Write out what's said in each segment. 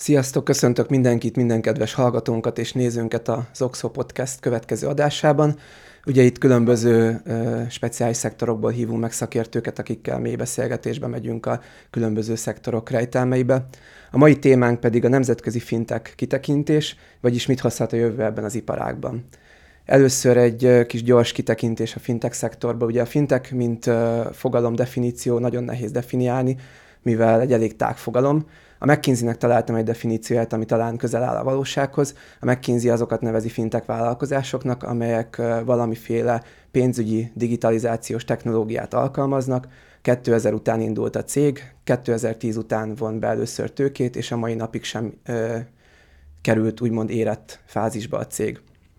Sziasztok, köszöntök mindenkit, minden kedves hallgatónkat és nézőnket az Oxo Podcast következő adásában. Ugye itt különböző speciális szektorokból hívunk meg szakértőket, akikkel mély beszélgetésbe megyünk a különböző szektorok rejtelmeibe. A mai témánk pedig a nemzetközi fintech kitekintés, vagyis mit hozhat a jövő ebben az iparágban. Először egy kis gyors kitekintés a fintech szektorba. Ugye a fintech, mint fogalom definíció nagyon nehéz definiálni, mivel egy elég tág fogalom. A McKinsey-nek találtam egy definícióját, ami talán közel áll a valósághoz. A McKinsey azokat nevezi fintech vállalkozásoknak, amelyek valamiféle pénzügyi digitalizációs technológiát alkalmaznak. 2000 után indult a cég, 2010 után von be először tőkét, és a mai napig sem került úgymond érett fázisba a cég.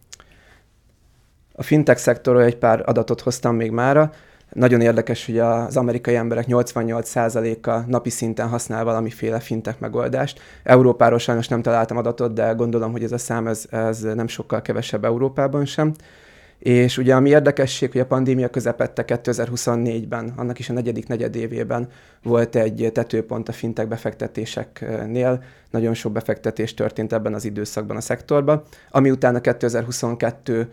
A fintech szektorról egy pár adatot hoztam még mára. Nagyon érdekes, hogy az amerikai emberek 88%-a napi szinten használ valamiféle fintech megoldást. Európáról sajnos nem találtam adatot, de gondolom, hogy ez a szám ez nem sokkal kevesebb Európában sem. És ugye ami érdekesség, hogy a pandémia közepette 2024-ben, annak is a negyedik negyedévében volt egy tetőpont a fintech befektetéseknél. Nagyon sok befektetés történt ebben az időszakban a szektorban, ami utána 2022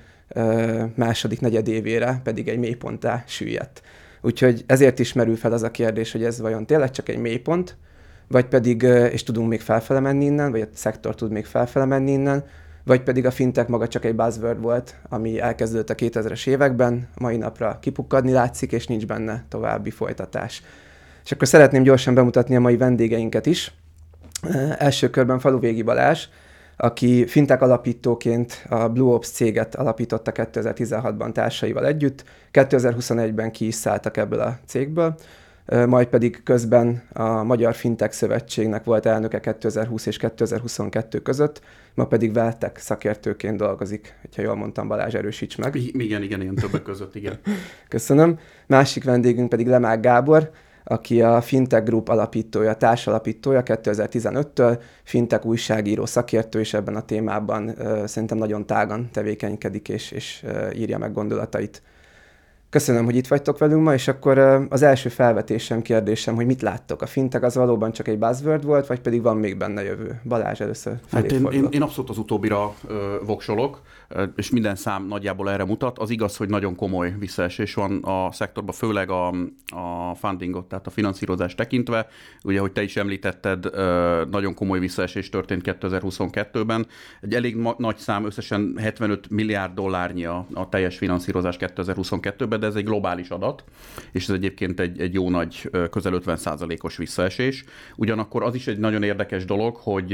második negyedévére pedig egy mélyponttá süllyedt. Úgyhogy ezért is merül fel az a kérdés, hogy ez vajon tényleg csak egy mélypont, vagy pedig, és tudunk még felfele menni innen, vagy a szektor tud még felfele menni innen, vagy pedig a fintech maga csak egy buzzword volt, ami elkezdődött a 2000-es években, mai napra kipukkadni látszik, és nincs benne további folytatás. És akkor szeretném gyorsan bemutatni a mai vendégeinket is. Első körben Faluvégi Balázs, aki fintech alapítóként a BlueOps céget alapította 2016-ban társaival együtt, 2021-ben ki is szálltak ebből a cégből, majd pedig közben a Magyar Fintech Szövetségnek volt elnöke 2020 és 2022 között, ma pedig Veltech szakértőként dolgozik, hogyha jól mondtam, Balázs, erősíts meg. Igen, ilyen többek között, igen. Köszönöm. Másik vendégünk pedig Lemák Gábor, aki a Fintech Group alapítója, társalapítója 2015-től, fintech újságíró, szakértő, és ebben a témában szerintem nagyon tágan tevékenykedik, és írja meg gondolatait. Köszönöm, hogy itt vagytok velünk ma, és akkor az első felvetésem, kérdésem, hogy mit láttok? A fintech az valóban csak egy buzzword volt, vagy pedig van még benne jövő? Balázs, először felé fordulok. Én abszolút az utóbbira voksolok, és minden szám nagyjából erre mutat. Az igaz, hogy nagyon komoly visszaesés van a szektorban, főleg a fundingot, tehát a finanszírozást tekintve. Ugye, hogy te is említetted, nagyon komoly visszaesés történt 2022-ben. Egy elég nagy szám, összesen 75 milliárd dollárnyi a teljes finanszírozás 2022-ben, de ez egy globális adat, és ez egyébként egy jó nagy, közel 50%-os visszaesés. Ugyanakkor az is egy nagyon érdekes dolog, hogy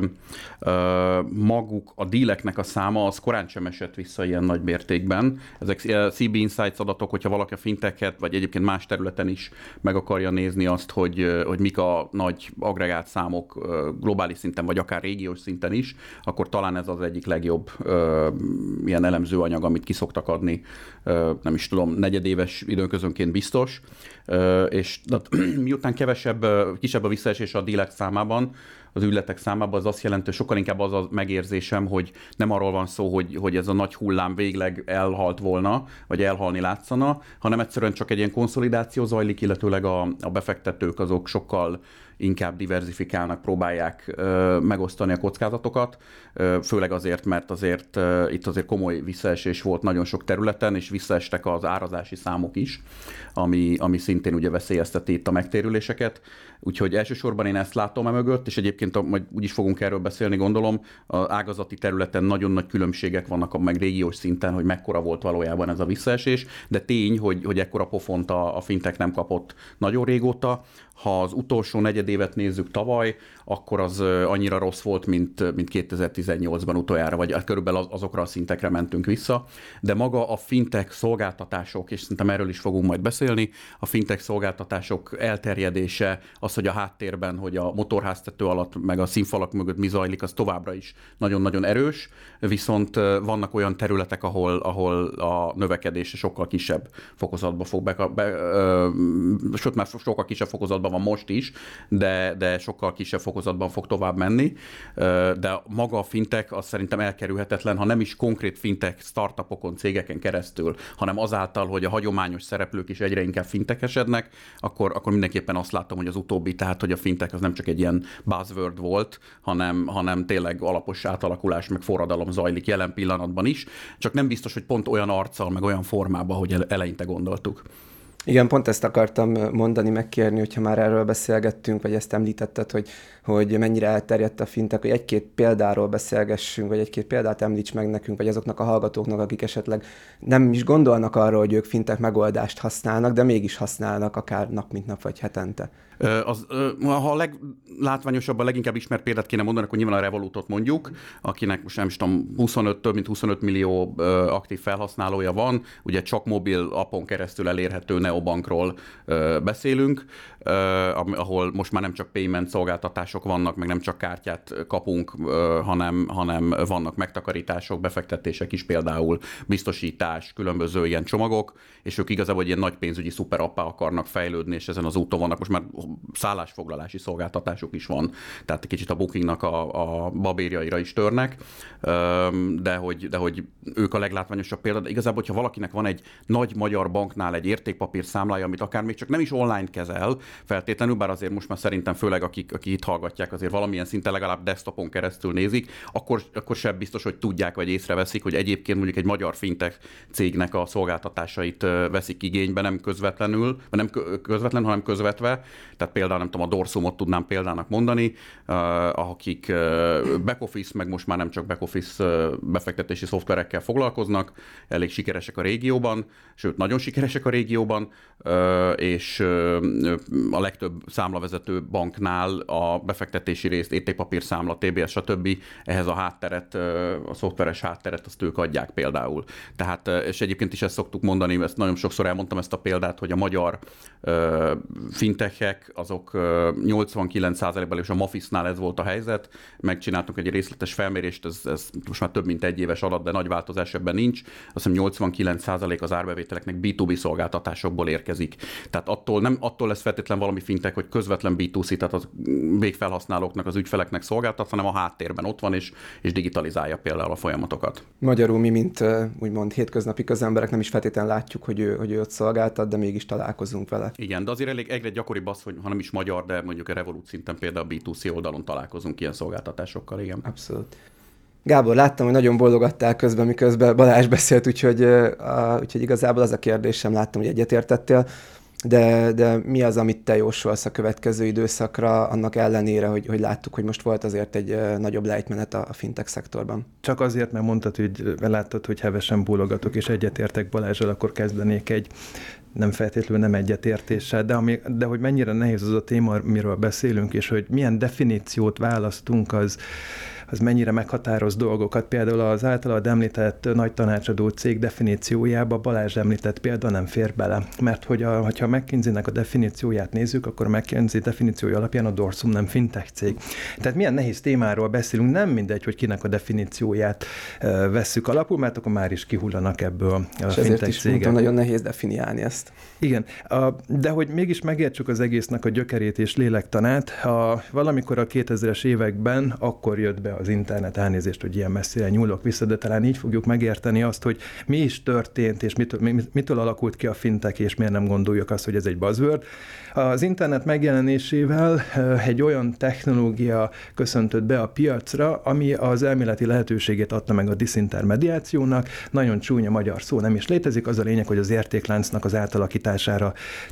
maguk a díleknek a száma az korán sem esett vissza ilyen nagy mértékben. Ezek CB Insights adatok, hogyha valaki a fintechet, vagy egyébként más területen is meg akarja nézni azt, hogy mik a nagy agregált számok globális szinten, vagy akár régiós szinten is, akkor talán ez az egyik legjobb ilyen elemzőanyag, amit ki szoktak adni, nem is tudom, negyedéves időközönként biztos, és miután kisebb a visszaesés a dílek számában, az ügyletek számában, az azt jelenti, hogy sokkal inkább az a megérzésem, hogy nem arról van szó, hogy ez a nagy hullám végleg elhalt volna, vagy elhalni látszana, hanem egyszerűen csak egy ilyen konszolidáció zajlik, illetőleg a befektetők azok sokkal inkább diverzifikálnak, próbálják megosztani a kockázatokat, főleg azért, mert azért itt azért komoly visszaesés volt nagyon sok területen, és visszaestek az árazási számok is, ami szintén ugye veszélyezteti itt a megtérüléseket. Úgyhogy elsősorban én ezt látom mögött, és egyébként majd úgyis fogunk erről beszélni, gondolom, az ágazati területen nagyon nagy különbségek vannak, meg régiós szinten, hogy mekkora volt valójában ez a visszaesés, de tény, hogy ekkora pofont a fintech nem kapott nagyon régóta. Ha az utolsó negyedévet nézzük tavaly, akkor az annyira rossz volt, mint 2018-ban utoljára, vagy körülbelül azokra a szintekre mentünk vissza. De maga a fintech szolgáltatások, és szerintem erről is fogunk majd beszélni, a fintech szolgáltatások elterjedése, az, hogy a háttérben, hogy a motorháztető alatt, meg a színfalak mögött mi zajlik, az továbbra is nagyon-nagyon erős, viszont vannak olyan területek, ahol a növekedés sokkal kisebb fokozatba fog sőt, már sokkal kisebb fokozatban van most is, de sokkal kisebb fokozatban fog tovább menni, de maga a fintech az szerintem elkerülhetetlen, ha nem is konkrét fintech startupokon, cégeken keresztül, hanem azáltal, hogy a hagyományos szereplők is egyre inkább fintechesednek, akkor mindenképpen azt látom, hogy az utóbbi, tehát hogy a fintech az nem csak egy ilyen buzzword volt, hanem tényleg alapos átalakulás, meg forradalom zajlik jelen pillanatban is, csak nem biztos, hogy pont olyan arccal, meg olyan formában, hogy eleinte gondoltuk. Igen, pont ezt akartam mondani, megkérni, hogyha már erről beszélgettünk, vagy ezt említetted, hogy mennyire elterjedt a fintech, hogy egy-két példáról beszélgessünk, vagy egy-két példát említs meg nekünk, vagy azoknak a hallgatóknak, akik esetleg nem is gondolnak arról, hogy ők fintech megoldást használnak, de mégis használnak akár nap mint nap, vagy hetente. Ha a leglátványosabban, leginkább ismert példát kéne mondani, akkor nyilván a Revolutot mondjuk, akinek most nem is tudom, több mint 25 millió aktív felhasználója van, ugye csak mobil appon keresztül elérhető neobankról beszélünk, ahol most már nem csak payment szolgáltatások vannak, meg nem csak kártyát kapunk, hanem vannak megtakarítások, befektetések is például, biztosítás, különböző ilyen csomagok, és ők igazából egy ilyen nagy pénzügyi szuperappá akarnak fejlődni, és ezen az úton vannak. Most már szállásfoglalási szolgáltatásuk is van, tehát kicsit a Bookingnak a babérjaira is törnek, de hogy ők a leglátványosabb példa. De igazából, hogyha valakinek van egy nagy magyar banknál egy értékpapír számlája, amit akár még csak nem is online kezel feltétlenül, bár azért most már szerintem főleg akik itt hallgatják, azért valamilyen szinten legalább desktopon keresztül nézik, akkor sem biztos, hogy tudják vagy észreveszik, hogy egyébként mondjuk egy magyar fintech cégnek a szolgáltatásait veszik igénybe, nem közvetlenül, hanem közvetve. Tehát például nem tudom, a Dorsumot tudnám példának mondani, akik back-office, meg most már nem csak back-office befektetési szoftverekkel foglalkoznak, elég sikeresek a régióban, sőt, nagyon sikeresek a régióban, és a legtöbb számlavezető banknál a befektetési részt, értékpapírszámla, TBS, stb. Ehhez a hátteret, a szoftveres hátteret, azt ők adják például. Tehát, és egyébként is ezt szoktuk mondani, ezt nagyon sokszor elmondtam ezt a példát, hogy a magyar fintechek, azok 89%-ban, és a Mafisnál ez volt a helyzet, megcsináltunk egy részletes felmérést, ez most már több mint egy éves adat, de nagy változás ebben nincs. Azt hiszem 89% az árbevételeknek B2B szolgáltatásokból érkezik. Tehát attól lesz feltétlen valami fintech, hogy közvetlen B2C, tehát a végfelhasználóknak, az ügyfeleknek szolgáltat, hanem a háttérben ott van, és digitalizálja például a folyamatokat. Magyarul mi, mint úgymond hétköznapi közemberek nem is feltétlenül látjuk, hogy ő ott szolgáltat, de mégis találkozunk vele. Igen, de azért egyre gyakoribb az, hogy ha nem is magyar, de mondjuk a Revolut szinten például a B2C oldalon találkozunk ilyen szolgáltatásokkal, igen. Abszolút. Gábor, láttam, hogy nagyon bólogattál közben, miközben Balázs beszélt, úgyhogy igazából az a kérdésem, láttam, hogy egyetértettél, de mi az, amit te jósolsz a következő időszakra, annak ellenére, hogy láttuk, hogy most volt azért egy nagyobb lejtmenet a fintech szektorban? Csak azért, mert mondtad, hogy láttad, hogy hevesen bólogatok, és egyetértek Balázsral, akkor kezdenék egy nem feltétlenül nem egyetértéssel, de hogy mennyire nehéz az a téma, miről beszélünk, és hogy milyen definíciót választunk, az mennyire meghatároz dolgokat. Például az általad említett nagy tanácsadó cég definíciójába Balázs említett példa nem fér bele. Mert hogyha a McKinsey-nek a definícióját nézzük, akkor a McKinsey definíciója alapján a Dorsum nem fintech cég. Tehát milyen nehéz témáról beszélünk, nem mindegy, hogy kinek a definícióját vesszük alapul, mert akkor már is kihullanak ebből a fintech cégek. És ezért is mondtam, nagyon nehéz definiálni ezt. Igen, de hogy mégis megértsük az egésznek a gyökerét és lélektanát, valamikor a 2000-es években akkor jött be az internet, elnézést, hogy ilyen messzire nyúlok vissza, de talán így fogjuk megérteni azt, hogy mi is történt, és mitől alakult ki a fintech, és miért nem gondoljuk azt, hogy ez egy buzzword. Az internet megjelenésével egy olyan technológia köszöntött be a piacra, ami az elméleti lehetőségét adta meg a disintermediációnak. Nagyon csúnya magyar szó nem is létezik, az a lényeg, hogy az értékláncnak az átalakítására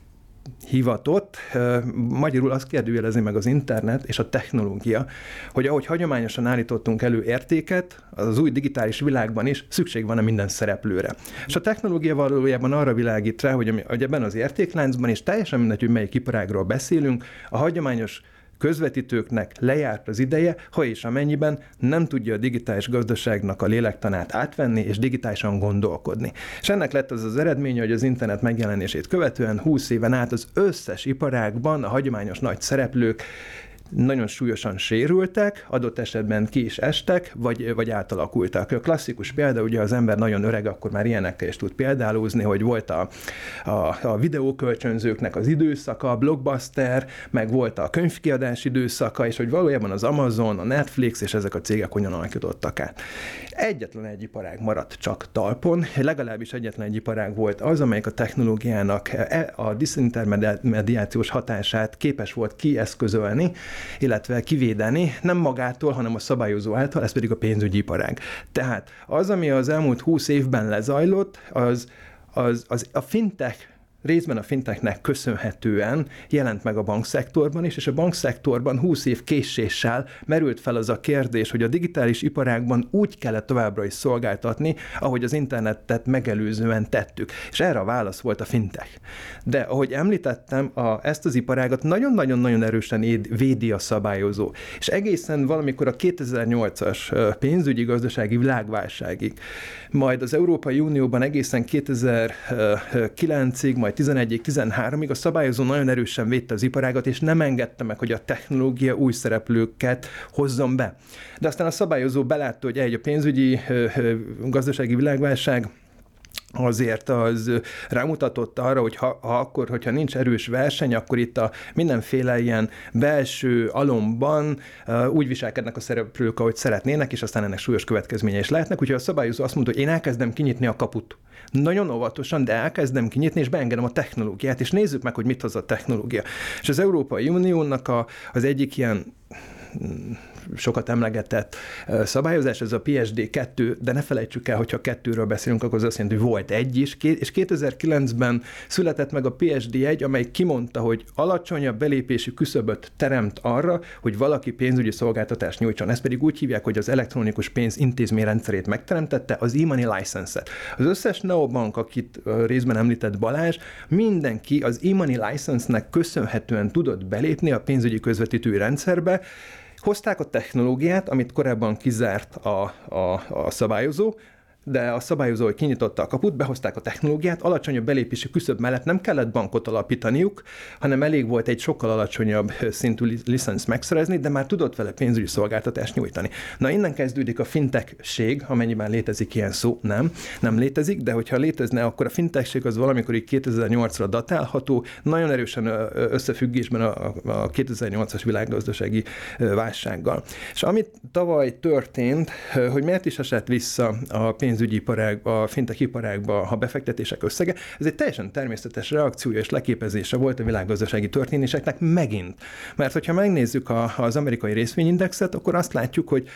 hivatott. Magyarul azt kérdőjelezi meg az internet és a technológia, hogy ahogy hagyományosan állítottunk elő értéket, az új digitális világban is szükség van a minden szereplőre. És a technológia valójában arra világít rá, hogy ebben az értékláncban is teljesen mindegy, hogy melyik iparágról beszélünk, a hagyományos közvetítőknek lejárt az ideje, ha és amennyiben nem tudja a digitális gazdaságnak a lélektanát átvenni és digitálisan gondolkodni. És ennek lett az eredménye, hogy az internet megjelenését követően 20 éven át az összes iparágban a hagyományos nagy szereplők nagyon súlyosan sérültek, adott esetben ki is estek, vagy átalakultak. A klasszikus példa, ugye az ember nagyon öreg, akkor már ilyenekkel is tud példálózni, hogy volt a videókölcsönzőknek az időszaka, a Blockbuster, meg volt a könyvkiadás időszaka, és hogy valójában az Amazon, a Netflix és ezek a cégek hogyan alakítottak át. Egyetlen egy iparág maradt csak talpon, legalábbis egyetlen egy iparág volt az, amelyik a technológiának a disintermediációs hatását képes volt kieszközölni, illetve kivédeni, nem magától, hanem a szabályozó által, ez pedig a pénzügyi iparág. Tehát az, ami az elmúlt 20 évben lezajlott, az a fintech, részben a fintechnek köszönhetően jelent meg a bankszektorban is, és a bankszektorban 20 év késéssel merült fel az a kérdés, hogy a digitális iparágban úgy kellett továbbra is szolgáltatni, ahogy az internetet megelőzően tettük. És erre a válasz volt a fintech. De ahogy említettem, ezt az iparágat nagyon-nagyon-nagyon erősen védi a szabályozó. És egészen valamikor a 2008-as pénzügyi gazdasági világválságig, majd az Európai Unióban egészen 2009-ig, majd 11-ig, 13-ig a szabályozó nagyon erősen védte az iparágat, és nem engedte meg, hogy a technológia új szereplőket hozzon be. De aztán a szabályozó belátta, hogy a pénzügyi gazdasági világválság azért az rámutatott arra, hogy hogyha nincs erős verseny, akkor itt a mindenféle ilyen belső alomban úgy viselkednek a szereplők, ahogy szeretnének, és aztán ennek súlyos következményei is lehetnek. Úgyhogy a szabályozó azt mondta, hogy én elkezdem kinyitni a kaput. Nagyon óvatosan, de elkezdem kinyitni, és beengedem a technológiát, és nézzük meg, hogy mit hoz a technológia. És az Európai Uniónak az egyik ilyen sokat emlegetett szabályozás, ez a PSD2, de ne felejtsük el, hogyha 2-ről beszélünk, akkor az azt jelenti, hogy volt egy is, és 2009-ben született meg a PSD1, amely kimondta, hogy alacsonyabb belépési küszöböt teremt arra, hogy valaki pénzügyi szolgáltatást nyújtson. Ezt pedig úgy hívják, hogy az elektronikus pénz intézményrendszerét megteremtette, az e-money license-et. Az összes neobank, akit részben említett Balázs, mindenki az e-money license-nek köszönhetően tudott belépni a pénzügyi közvetítői rendszerbe. Hozták a technológiát, amit korábban kizárt a szabályozó, de a szabályozó, hogy kinyitotta a kaput, behozták a technológiát, alacsonyabb belépési küszöb mellett nem kellett bankot alapítaniuk, hanem elég volt egy sokkal alacsonyabb szintű licensz megszerezni, de már tudott vele pénzügyi szolgáltatást nyújtani. Na, innen kezdődik a fintechség, amennyiben létezik ilyen szó, nem létezik, de hogyha létezne, akkor a fintechség az valamikor így 2008-ra datálható, nagyon erősen összefüggésben a 2008-as világgazdasági válsággal. És amit tavaly történt, hogy miért is esett vissza a pénzügyi iparágba, a fintech iparágba a befektetések összege, ez egy teljesen természetes reakciója és leképezése volt a világgazdasági történéseknek megint. Mert hogyha megnézzük az amerikai részvényindexet, akkor azt látjuk, hogy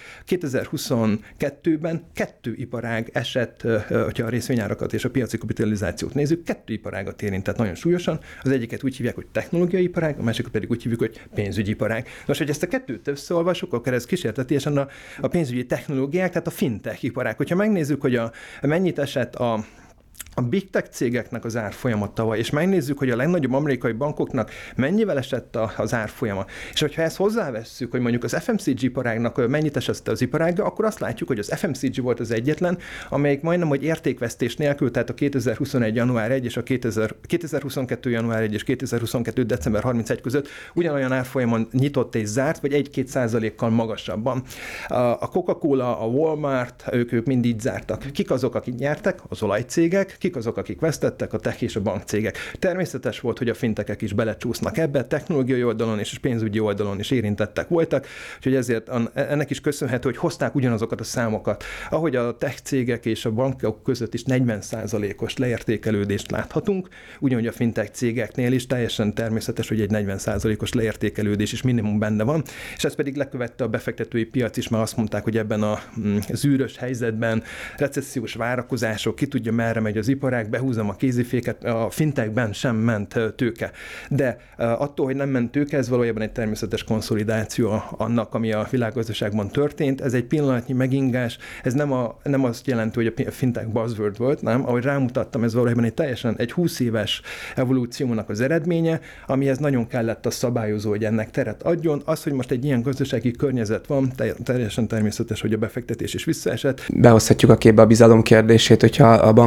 2022-ben 2 iparág esett, hogyha a részvényárakat és a piaci kapitalizációt nézzük, 2 iparágat érintett nagyon súlyosan. Az egyiket úgy hívják, hogy technológiai iparág, a másikat pedig úgy hívjuk, hogy pénzügyi iparág. Nos, hogy ezt a kettőt összeolvasjuk, akkor ez kísértetiesen a pénzügyi technológiák, tehát a fintech iparág. Hogyha megnézzük, hogy mennyit esett a big tech cégeknek az árfolyama tavaly, és megnézzük, hogy a legnagyobb amerikai bankoknak mennyivel esett az árfolyama. És hogyha ezt hozzávesszük, hogy mondjuk az FMCG iparágnak mennyit esett az iparága, akkor azt látjuk, hogy az FMCG volt az egyetlen, amelyik majdnem, hogy értékvesztés nélkül, tehát a 2021. január 1 és a 2022. január 1 és 2022. december 31 között ugyanolyan árfolyamon nyitott és zárt, vagy 1-2%-kal magasabban. A Coca-Cola, a Walmart, ők mind így zártak. Kik azok, akik nyertek? Az olajcégek, kik azok, akik vesztettek? A tech és a bankcégek. Természetes volt, hogy a fintekek is belecsúsznak ebbe, technológiai oldalon és pénzügyi oldalon is érintettek voltak, úgyhogy ezért ennek is köszönhető, hogy hozták ugyanazokat a számokat. Ahogy a tech cégek és a bankok között is 40%-os leértékelődést láthatunk, ugyanúgy a fintech cégeknél is teljesen természetes, hogy egy 40%-os leértékelődés is minimum benne van, és ez pedig lekövette a befektetői piac is, mert azt mondták, hogy ebben a zűrös helyzetben recessziós várakozások, ki tudja merre megy az iparág, behúzom a kéziféket, a fintechben sem ment tőke. De attól, hogy nem ment tőke, ez valójában egy természetes konszolidáció annak, ami a világgazdaságban történt. Ez egy pillanatnyi megingás, ez nem azt jelenti, hogy a fintech buzzword volt, nem? Ahogy rámutattam, ez valójában egy 20 éves evolúciónak az eredménye, amihez nagyon kellett a szabályozó, hogy ennek teret adjon. Az, hogy most egy ilyen gazdasági környezet van, teljesen természetes, hogy a befektetés is visszaesett. Behozhatjuk a képbe a bizalom kérdését, hogyha a banki rendszer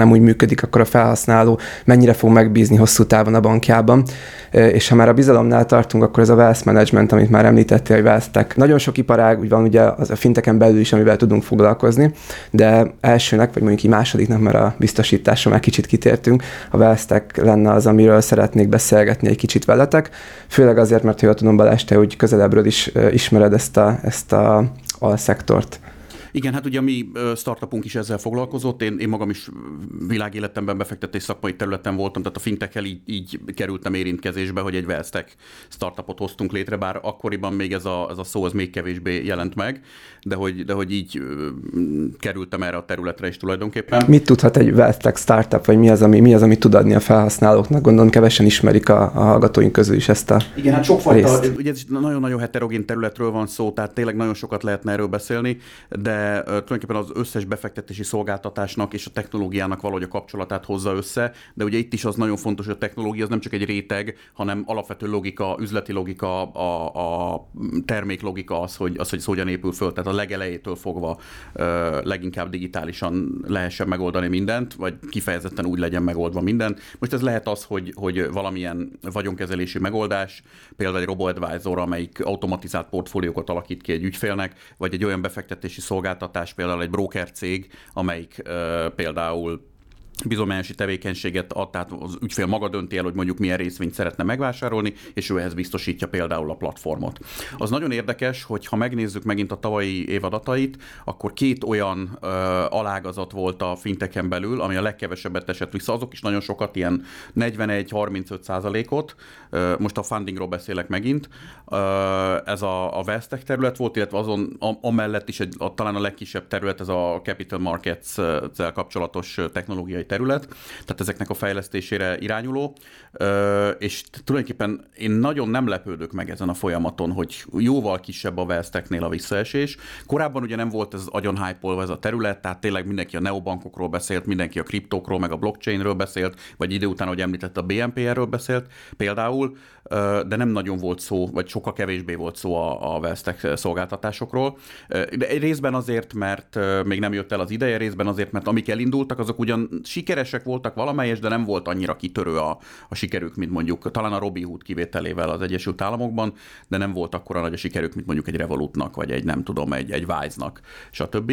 nem úgy működik, akkor a felhasználó mennyire fog megbízni hosszú távon a bankjában. És ha már a bizalomnál tartunk, akkor ez a wealth management, amit már említettél, hogy wealth-tek. Nagyon sok iparág úgy van ugye az a finteken belül is, amivel tudunk foglalkozni, de elsőnek, vagy mondjuk így másodiknak, mert a biztosításra már kicsit kitértünk, a wealth-tek lenne az, amiről szeretnék beszélgetni egy kicsit veletek. Főleg azért, mert jól tudom, Balázs, te úgy közelebbről is ismered ezt a alszektort. Igen, hát ugye a mi startupunk is ezzel foglalkozott. Én magam is világéletemben befektetés szakmai területen voltam, tehát a fintekkel így kerültem érintkezésbe, hogy egy wealth-tech startupot hoztunk létre, bár akkoriban még ez a szó még kevésbé jelent meg, de hogy így kerültem erre a területre is tulajdonképpen. Mit tudhat egy wealth-tech startup, vagy mi az, ami tud adni a felhasználóknak? Gondolom kevesen ismerik a hallgatóink közül is ezt a Igen, hát sokfajta, részt. ugye ez nagyon-nagyon heterogén területről van szó, tehát tényleg nagyon sokat lehetne erről beszélni, de tulajdonképpen az összes befektetési szolgáltatásnak és a technológiának valahogy a kapcsolatát hozza össze, de ugye itt is az nagyon fontos, hogy a technológia az nem csak egy réteg, hanem alapvető logika, üzleti logika, a terméklogika az, hogy hogyan épül föl, tehát a legelejétől fogva leginkább digitálisan lehessen megoldani mindent, vagy kifejezetten úgy legyen megoldva minden. Most ez lehet az, hogy valamilyen vagyonkezelési megoldás, például egy robo-advisor, amelyik automatizált portfóliókat alakít ki egy ügyfélnek, vagy egy olyan befektetési szolgáltatás, például egy broker cég, amelyik például bizonyosi tevékenységet ad, tehát az ügyfél maga dönti el, hogy mondjuk milyen részvényt szeretne megvásárolni, és ő ehhez biztosítja például a platformot. Az nagyon érdekes, hogy ha megnézzük megint a tavalyi év adatait, akkor 2 olyan alágazat volt a finteken belül, ami a legkevesebbet esett vissza, azok is nagyon sokat, ilyen 41-35%-ot, most a fundingról beszélek megint, ez a wealth-tech terület volt, illetve azon amellett is talán a legkisebb terület, ez a capital markets-zel kapcsolatos technológiai terület, tehát ezeknek a fejlesztésére irányuló, és tulajdonképpen én nagyon nem lepődök meg ezen a folyamaton, hogy jóval kisebb a wealth-technél a visszaesés. Korábban ugye nem volt ez agyon hype-olva ez a terület, tehát tényleg mindenki a neobankokról beszélt, mindenki a kriptókról, meg a blockchainről beszélt, vagy idő után, ahogy említett, a BNPL-ről beszélt például, de nem nagyon volt szó, vagy sokkal kevésbé volt szó a wealth-tech szolgáltatásokról. De részben azért, mert még nem jött el az ideje, részben azért, mert amik elindultak, azok ugyan sikeresek voltak valamelyes, de nem volt annyira kitörő a sikerük, mint mondjuk talán a Robinhood kivételével az Egyesült Államokban, de nem volt akkora nagy a sikerük, mint mondjuk egy Revolutnak, vagy egy nem tudom, egy Wise-nak, stb.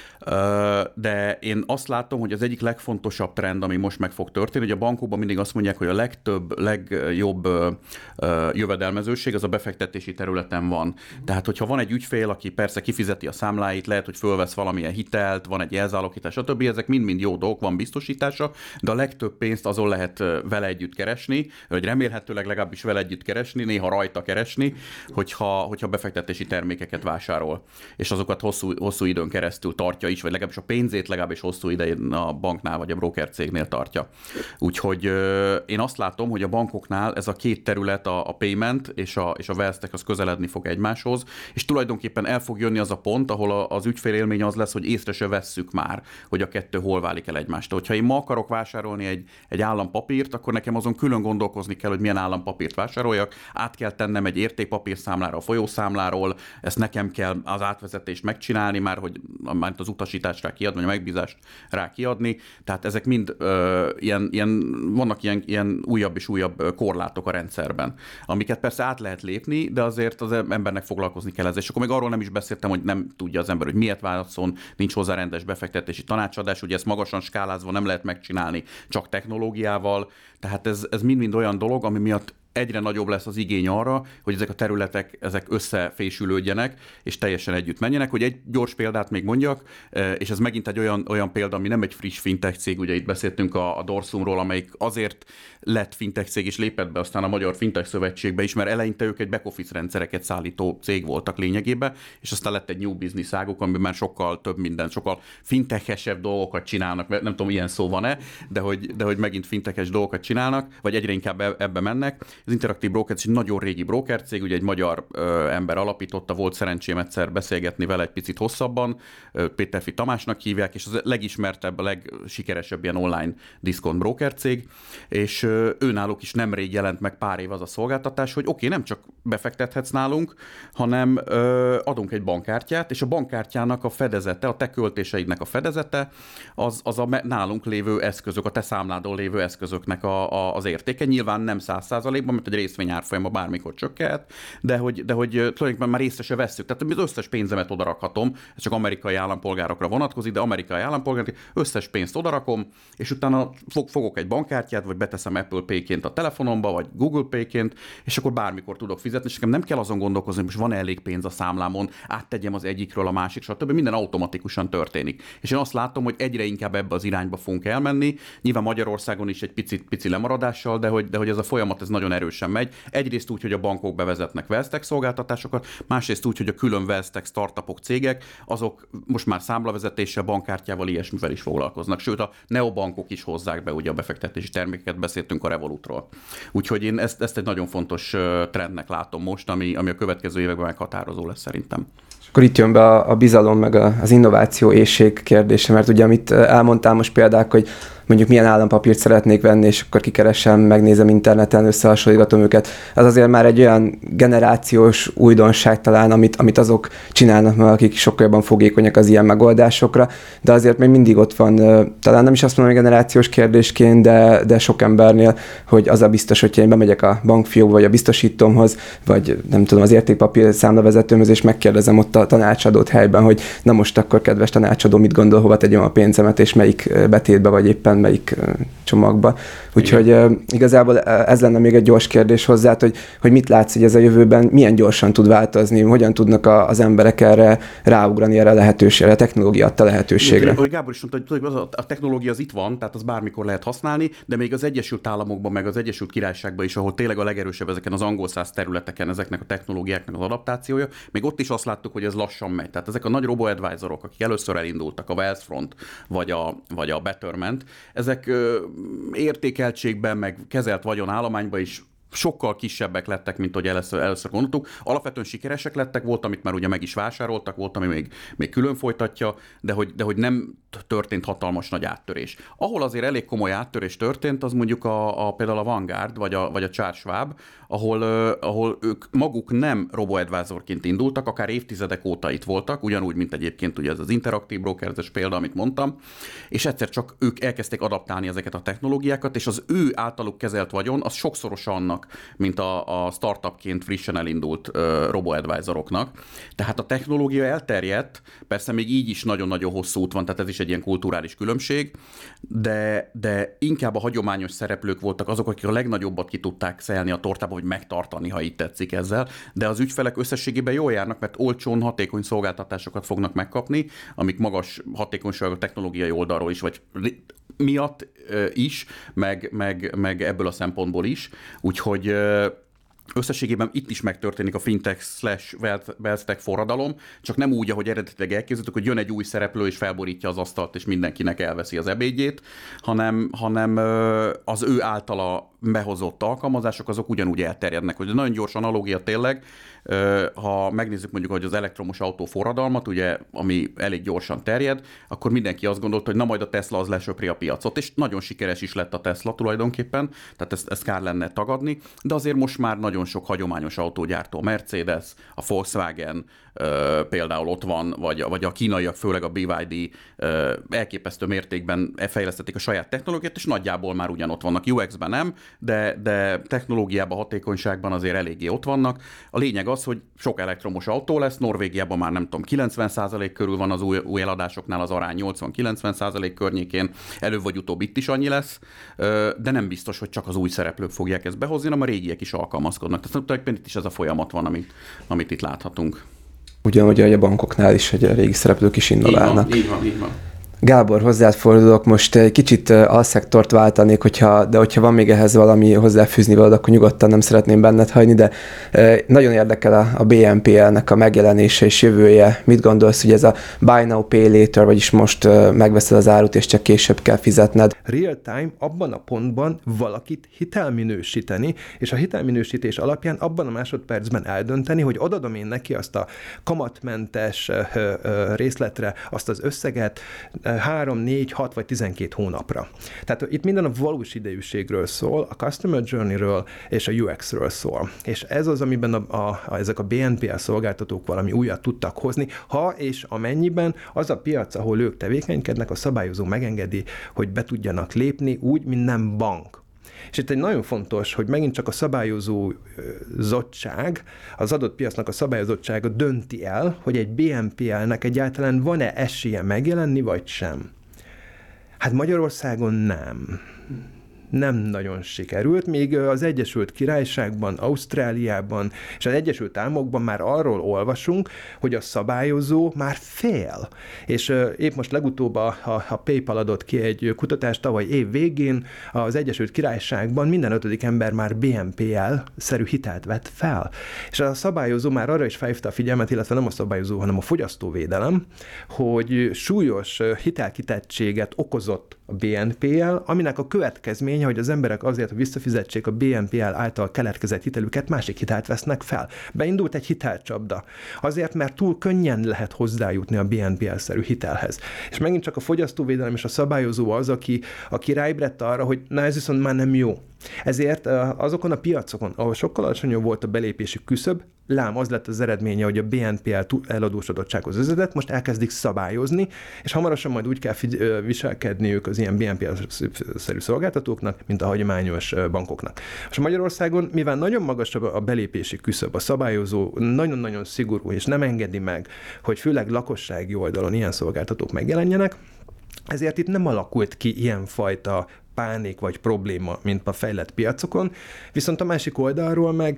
De én azt látom, hogy az egyik legfontosabb trend, ami most meg fog történni, hogy a bankokban mindig azt mondják, hogy a legjobb jövedelmezőség az a befektetési területen van. Tehát, hogyha van egy ügyfél, aki persze kifizeti a számláit, lehet, hogy fölvesz valamilyen hitelt, van egy jelzáloghitás, stb. Ezek mind-mind jó dolgok, van biztosítása, de a legtöbb pénzt azon lehet vele együtt keresni, vagy remélhetőleg legalábbis vele együtt keresni, néha rajta keresni, hogyha befektetési termékeket vásárol, és azokat hosszú időn keresztül tartja is, vagy legalábbis a pénzét legalábbis hosszú idején a banknál vagy a broker cégnél tartja. Úgyhogy én azt látom, hogy a bankoknál ez a 2 terület, a payment és a wealth-tech az közeledni fog egymáshoz, és tulajdonképpen el fog jönni az a pont, ahol az ügyfélélmény az lesz, hogy észre se vesszük már, hogy a 2 hol válik el egymástól. Hogyha én ma akarok vásárolni egy állampapírt, akkor nekem azon külön gondolkozni kell, hogy milyen állampapírt vásároljak, át kell tennem egy értékpapírszámlára, a folyószámláról, ezt nekem kell az átvezetést megcsinálni, már az utasítást rá kiadni, vagy a megbízást rá kiadni. Tehát ezek mind vannak ilyen újabb és újabb korlátok a rendszerben, amiket persze át lehet lépni, de azért az embernek foglalkozni kell ezzel. És akkor még arról nem is beszéltem, hogy nem tudja az ember, hogy miért válaszol, nincs hozzá rendes befektetési tanácsadás, ugye ezt magasan skálázva nem lehet megcsinálni csak technológiával, tehát ez mind-mind olyan dolog, ami miatt egyre nagyobb lesz az igény arra, hogy ezek a területek összefésülődjenek, és teljesen együtt menjenek. Hogy egy gyors példát még mondjak, és ez megint egy olyan példa, ami nem egy friss fintech cég, ugye itt beszéltünk a Dorsumról, amelyik azért lett fintech cég, és lépett be aztán a Magyar Fintech Szövetségbe is, mert eleinte ők egy back-office rendszereket szállító cég voltak lényegében, és aztán lett egy new business águk, amiben már sokkal több minden, sokkal fintechesebb dolgokat csinálnak, nem tudom, ilyen szó van-e, de hogy megint finteches dolgokat csinálnak, vagy egyre inkább ebbe mennek, Az Interactive Brokers egy nagyon régi brokercég, ugye egy magyar ember alapította, volt szerencsém egyszer beszélgetni vele egy picit hosszabban, Péterfi Tamásnak hívják, és az legismertebb, a legsikeresebb ilyen online diszkont brokercég, és őnáluk is nemrég jelent meg pár év az a szolgáltatás, hogy oké, nem csak befektethetsz nálunk, hanem adunk egy bankkártyát, és a bankkártyának a fedezete, a te költéseidnek a fedezete, az a nálunk lévő eszközök, a te számládon lévő eszközöknek az értéke. Nyilván nem 100%-ban, mert egy részvény árfolyama bármikor csökkenhet, de hogy tulajdonképpen már észre se vesszük. Tehát az összes pénzemet odarakhatom, ez csak amerikai állampolgárokra vonatkozik, de amerikai állampolgárok összes pénzt odarakom, és utána fogok egy bankkártyát, vagy beteszem Apple Pay-ként a telefonomba, vagy Google Pay-ként, és akkor bármikor tudok fizetni, és nekem nem kell azon gondolkozni, hogy most van elég pénz a számlámon, áttegyem az egyikről a másikra, stb. Minden automatikusan történik. És én azt látom, hogy egyre inkább ebbe az irányba fogunk elmenni. Nyilván Magyarországon is egy pici lemaradással, de hogy ez a folyamat ez nagyon erősen megy. Egyrészt úgy, hogy a bankok bevezetnek wealth szolgáltatásokat, másrészt úgy, hogy a külön wealth startupok, cégek, azok most már számlavezetéssel, bankkártyával, ilyesmivel is foglalkoznak. Sőt, a neobankok is hozzák be ugye a befektetési termékeket, beszéltünk a Revolutról. Úgyhogy én ezt egy nagyon fontos trendnek látom most, ami a következő években meghatározó lesz szerintem. Akkor itt jön be a bizalom, meg az innováció éhség kérdése, mert ugye amit elmondtál most példák, hogy mondjuk milyen állampapírt szeretnék venni, és akkor kikeresem, megnézem interneten, összehasonlítom őket. Az azért már egy olyan generációs újdonság talán, amit azok csinálnak meg, akik sokkal jobban fogékonyak az ilyen megoldásokra, de azért még mindig ott van, talán nem is azt mondom, hogy generációs kérdésként, de sok embernél, hogy az a biztos, hogyha én bemegyek a bankfiókba, vagy a biztosítómhoz, vagy nem tudom, az értékpapír számlavezetőmhöz, és megkérdezem ott a tanácsadót helyben, hogy na most akkor, kedves tanácsadó, mit gondol, hova tegyem a pénzemet, és melyik betétbe, vagy éppen melyik csomagba. Úgyhogy igazából ez lenne még egy gyors kérdés hozzá, hogy mit látsz, hogy ez a jövőben milyen gyorsan tud változni, hogyan tudnak az emberek erre ráugrani, erre a lehetőségre, a technológia adta lehetőségre. Ahogy Gábor is mondta, hogy a technológia az itt van, tehát az bármikor lehet használni, de még az Egyesült Államokban, meg az Egyesült Királyságban is, ahol tényleg a legerősebb ezeken az angol száz területeken ezeknek a technológiáknak az adaptációja, még ott is azt láttuk, hogy ez lassan megy. Tehát ezek a nagy robo-advisorok, akik először elindultak, a Wealthfront vagy a Betterment, ezek értékeltségben, meg kezelt vagyonállományban is sokkal kisebbek lettek, mint hogy először gondoltuk. Alapvetően sikeresek lettek, volt, amit már ugye meg is vásároltak, volt, ami még külön folytatja, de hogy nem történt hatalmas nagy áttörés. Ahol azért elég komoly áttörés történt, az mondjuk például a Vanguard, vagy a Charles Schwab, ahol ők maguk nem robo-advisorként indultak, akár évtizedek óta itt voltak, ugyanúgy, mint egyébként ugye ez az Interactive Brokers példa, amit mondtam, és egyszer csak ők elkezdték adaptálni ezeket a technológiákat, és az ő általuk kezelt vagyon, az sokszorosa annak, mint a startupként frissen elindult robo-advisoroknak. Tehát a technológia elterjedt, persze még így is nagyon-nagyon hosszú út van, tehát ez is egy ilyen kulturális különbség, de inkább a hagyományos szereplők voltak azok, akik a legnagyobbat ki tudták szelni a tortába, hogy megtartani, ha így tetszik ezzel, de az ügyfelek összességében jól járnak, mert olcsón, hatékony szolgáltatásokat fognak megkapni, amik magas hatékonyság a technológiai oldalról is, vagy miatt is, meg ebből a szempontból is. Úgyhogy összességében itt is megtörténik a fintech/wealth forradalom, csak nem úgy, ahogy eredetileg elképzeltük, hogy jön egy új szereplő és felborítja az asztalt, és mindenkinek elveszi az ebédjét, hanem az ő általa behozott alkalmazások, azok ugyanúgy elterjednek. Hogy nagyon gyors analógia tényleg, ha megnézzük mondjuk, hogy az elektromos autó forradalmat, ugye, ami elég gyorsan terjed, akkor mindenki azt gondolta, hogy na majd a Tesla az lesöpri a piacot, és nagyon sikeres is lett a Tesla tulajdonképpen, tehát ezt kár lenne tagadni, de azért most már nagyon sok hagyományos autógyártó, Mercedes, a Volkswagen például ott van, vagy a kínaiak, főleg a BYD elképesztő mértékben fejlesztették a saját technológiát, és nagyjából már ugyanott vannak. UX-ben nem, de technológiában, hatékonyságban azért eléggé ott vannak. A lényeg az, hogy sok elektromos autó lesz, Norvégiában már nem tudom, 90% körül van az új eladásoknál az arány, 80-90% környékén, előbb vagy utóbb itt is annyi lesz, de nem biztos, hogy csak az új szereplők fogják ezt behozni, hanem a régiek is alkalmazkodnak. Tehát tulajdonképpen itt is ez a folyamat van, amit itt láthatunk. Ugyanúgy a bankoknál is, hogy a régi szereplők is innoválnak. Így van. Gábor, hozzád fordulok, most egy kicsit alszektort váltanék, hogyha van még ehhez valami hozzáfűzni valód, akkor nyugodtan nem szeretném benned hagyni, de nagyon érdekel a BNPL-nek a megjelenése és jövője. Mit gondolsz, hogy ez a buy now, pay later, vagyis most megveszed az árut, és csak később kell fizetned? Real time abban a pontban valakit hitelminősíteni, és a hitelminősítés alapján abban a másodpercben eldönteni, hogy odadom én neki azt a kamatmentes részletre, azt az összeget 3, 4, 6 vagy 12 hónapra. Tehát itt minden a valós idejűségről szól, a Customer Journey-ről és a UX-ről szól. És ez az, amiben ezek a BNPL szolgáltatók valami újat tudtak hozni, ha és amennyiben az a piac, ahol ők tevékenykednek, a szabályozó megengedi, hogy be tudjanak lépni úgy, mint nem bank. És itt egy nagyon fontos, hogy megint csak a szabályozottság, az adott piacnak a szabályozottsága dönti el, hogy egy BNPL-nek egyáltalán van-e esélye megjelenni, vagy sem. Hát Magyarországon nem. Nem nagyon sikerült, még az Egyesült Királyságban, Ausztráliában és az Egyesült Államokban már arról olvasunk, hogy a szabályozó már fél. És épp most legutóbb a PayPal adott ki egy kutatást tavaly év végén, az Egyesült Királyságban minden 5. ember már BNPL-szerű hitelt vett fel. És a szabályozó már arra is felhívta a figyelmet, illetve nem a szabályozó, hanem a fogyasztóvédelem, hogy súlyos hitelkitettséget okozott a BNPL, aminek a következménye, hogy az emberek azért, hogy visszafizetsék a BNPL által keletkezett hitelüket, másik hitelt vesznek fel. Beindult egy hitelcsapda. Azért, mert túl könnyen lehet hozzájutni a BNPL-szerű hitelhez. És megint csak a fogyasztóvédelem és a szabályozó az, aki ráébredt arra, hogy na ez viszont már nem jó. Ezért azokon a piacokon, ahol sokkal alacsonyabb volt a belépési küszöb, lám az lett az eredménye, hogy a BNPL eladósodottsághoz vezetett, most elkezdik szabályozni, és hamarosan majd úgy kell viselkedniük az ilyen BNPL-szerű szolgáltatóknak, mint a hagyományos bankoknak. És Magyarországon, mivel nagyon magas a belépési küszöb, a szabályozó nagyon-nagyon szigorú, és nem engedi meg, hogy főleg lakossági oldalon ilyen szolgáltatók megjelenjenek, ezért itt nem alakult ki ilyenfajta pánik vagy probléma, mint a fejlett piacokon, viszont a másik oldalról meg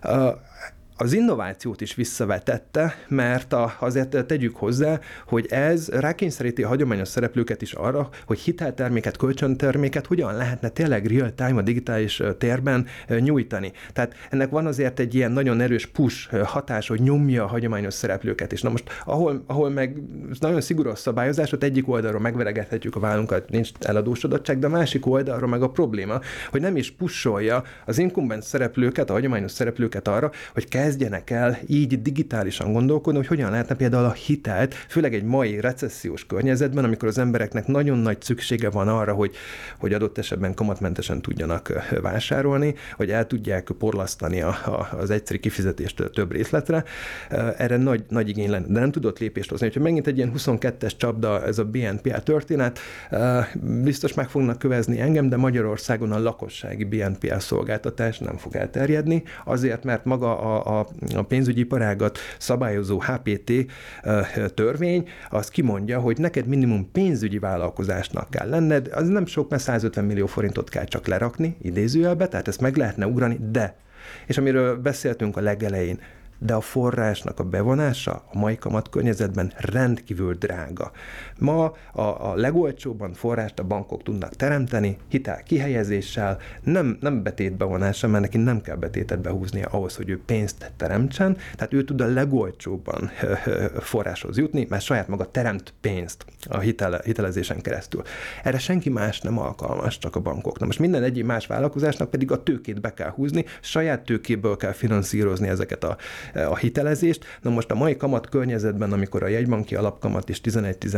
az innovációt is visszavetette, mert azért tegyük hozzá, hogy ez rákényszeríti a hagyományos szereplőket is arra, hogy hitelterméket, kölcsönterméket hogyan lehetne tényleg real-time a digitális térben nyújtani. Tehát ennek van azért egy ilyen nagyon erős push hatás, hogy nyomja a hagyományos szereplőket is. Na most, ahol meg nagyon szigorú a szabályozás, ott egyik oldalról megveregethetjük a vállunkat, nincs eladósodottság, de a másik oldalról meg a probléma, hogy nem is pusolja az incumbens szereplőket, a hagyományos szereplőket arra, hogy kezdjenek el így digitálisan gondolkodni, hogy hogyan lehetne például a hitelt, főleg egy mai recessziós környezetben, amikor az embereknek nagyon nagy szüksége van arra, hogy adott esetben kamatmentesen tudjanak vásárolni, hogy el tudják porlasztani az egyszerű kifizetést több részletre. Erre nagy igény lenne, de nem tudott lépést hozni. Ha megint egy ilyen 22-es csapda ez a BNPL történet, biztos meg fognak kövezni engem, de Magyarországon a lakossági BNPL szolgáltatás nem fog elterjedni, azért, mert maga a pénzügyi iparágat szabályozó HPT törvény, az kimondja, hogy neked minimum pénzügyi vállalkozásnak kell lenned, az nem sok, mert 150 millió forintot kell csak lerakni, idézőjelbe, tehát ezt meg lehetne ugrani, de, és amiről beszéltünk a legelején, de a forrásnak a bevonása a mai kamatkörnyezetben rendkívül drága. Ma a legolcsóbban forrást a bankok tudnak teremteni, hitel kihelyezéssel, nem betétbevonással, mert neki nem kell betétet behúznia ahhoz, hogy ő pénzt teremtsen, tehát ő tud a legolcsóbban forráshoz jutni, mert saját maga teremt pénzt a hitelezésen keresztül. Erre senki más nem alkalmas, csak a bankok. Na most minden egyéb más vállalkozásnak pedig a tőkét be kell húzni, saját tőkéből kell finanszírozni ezeket a hitelezést. Na most a mai kamat környezetben, amikor a jegybanki alapkamat is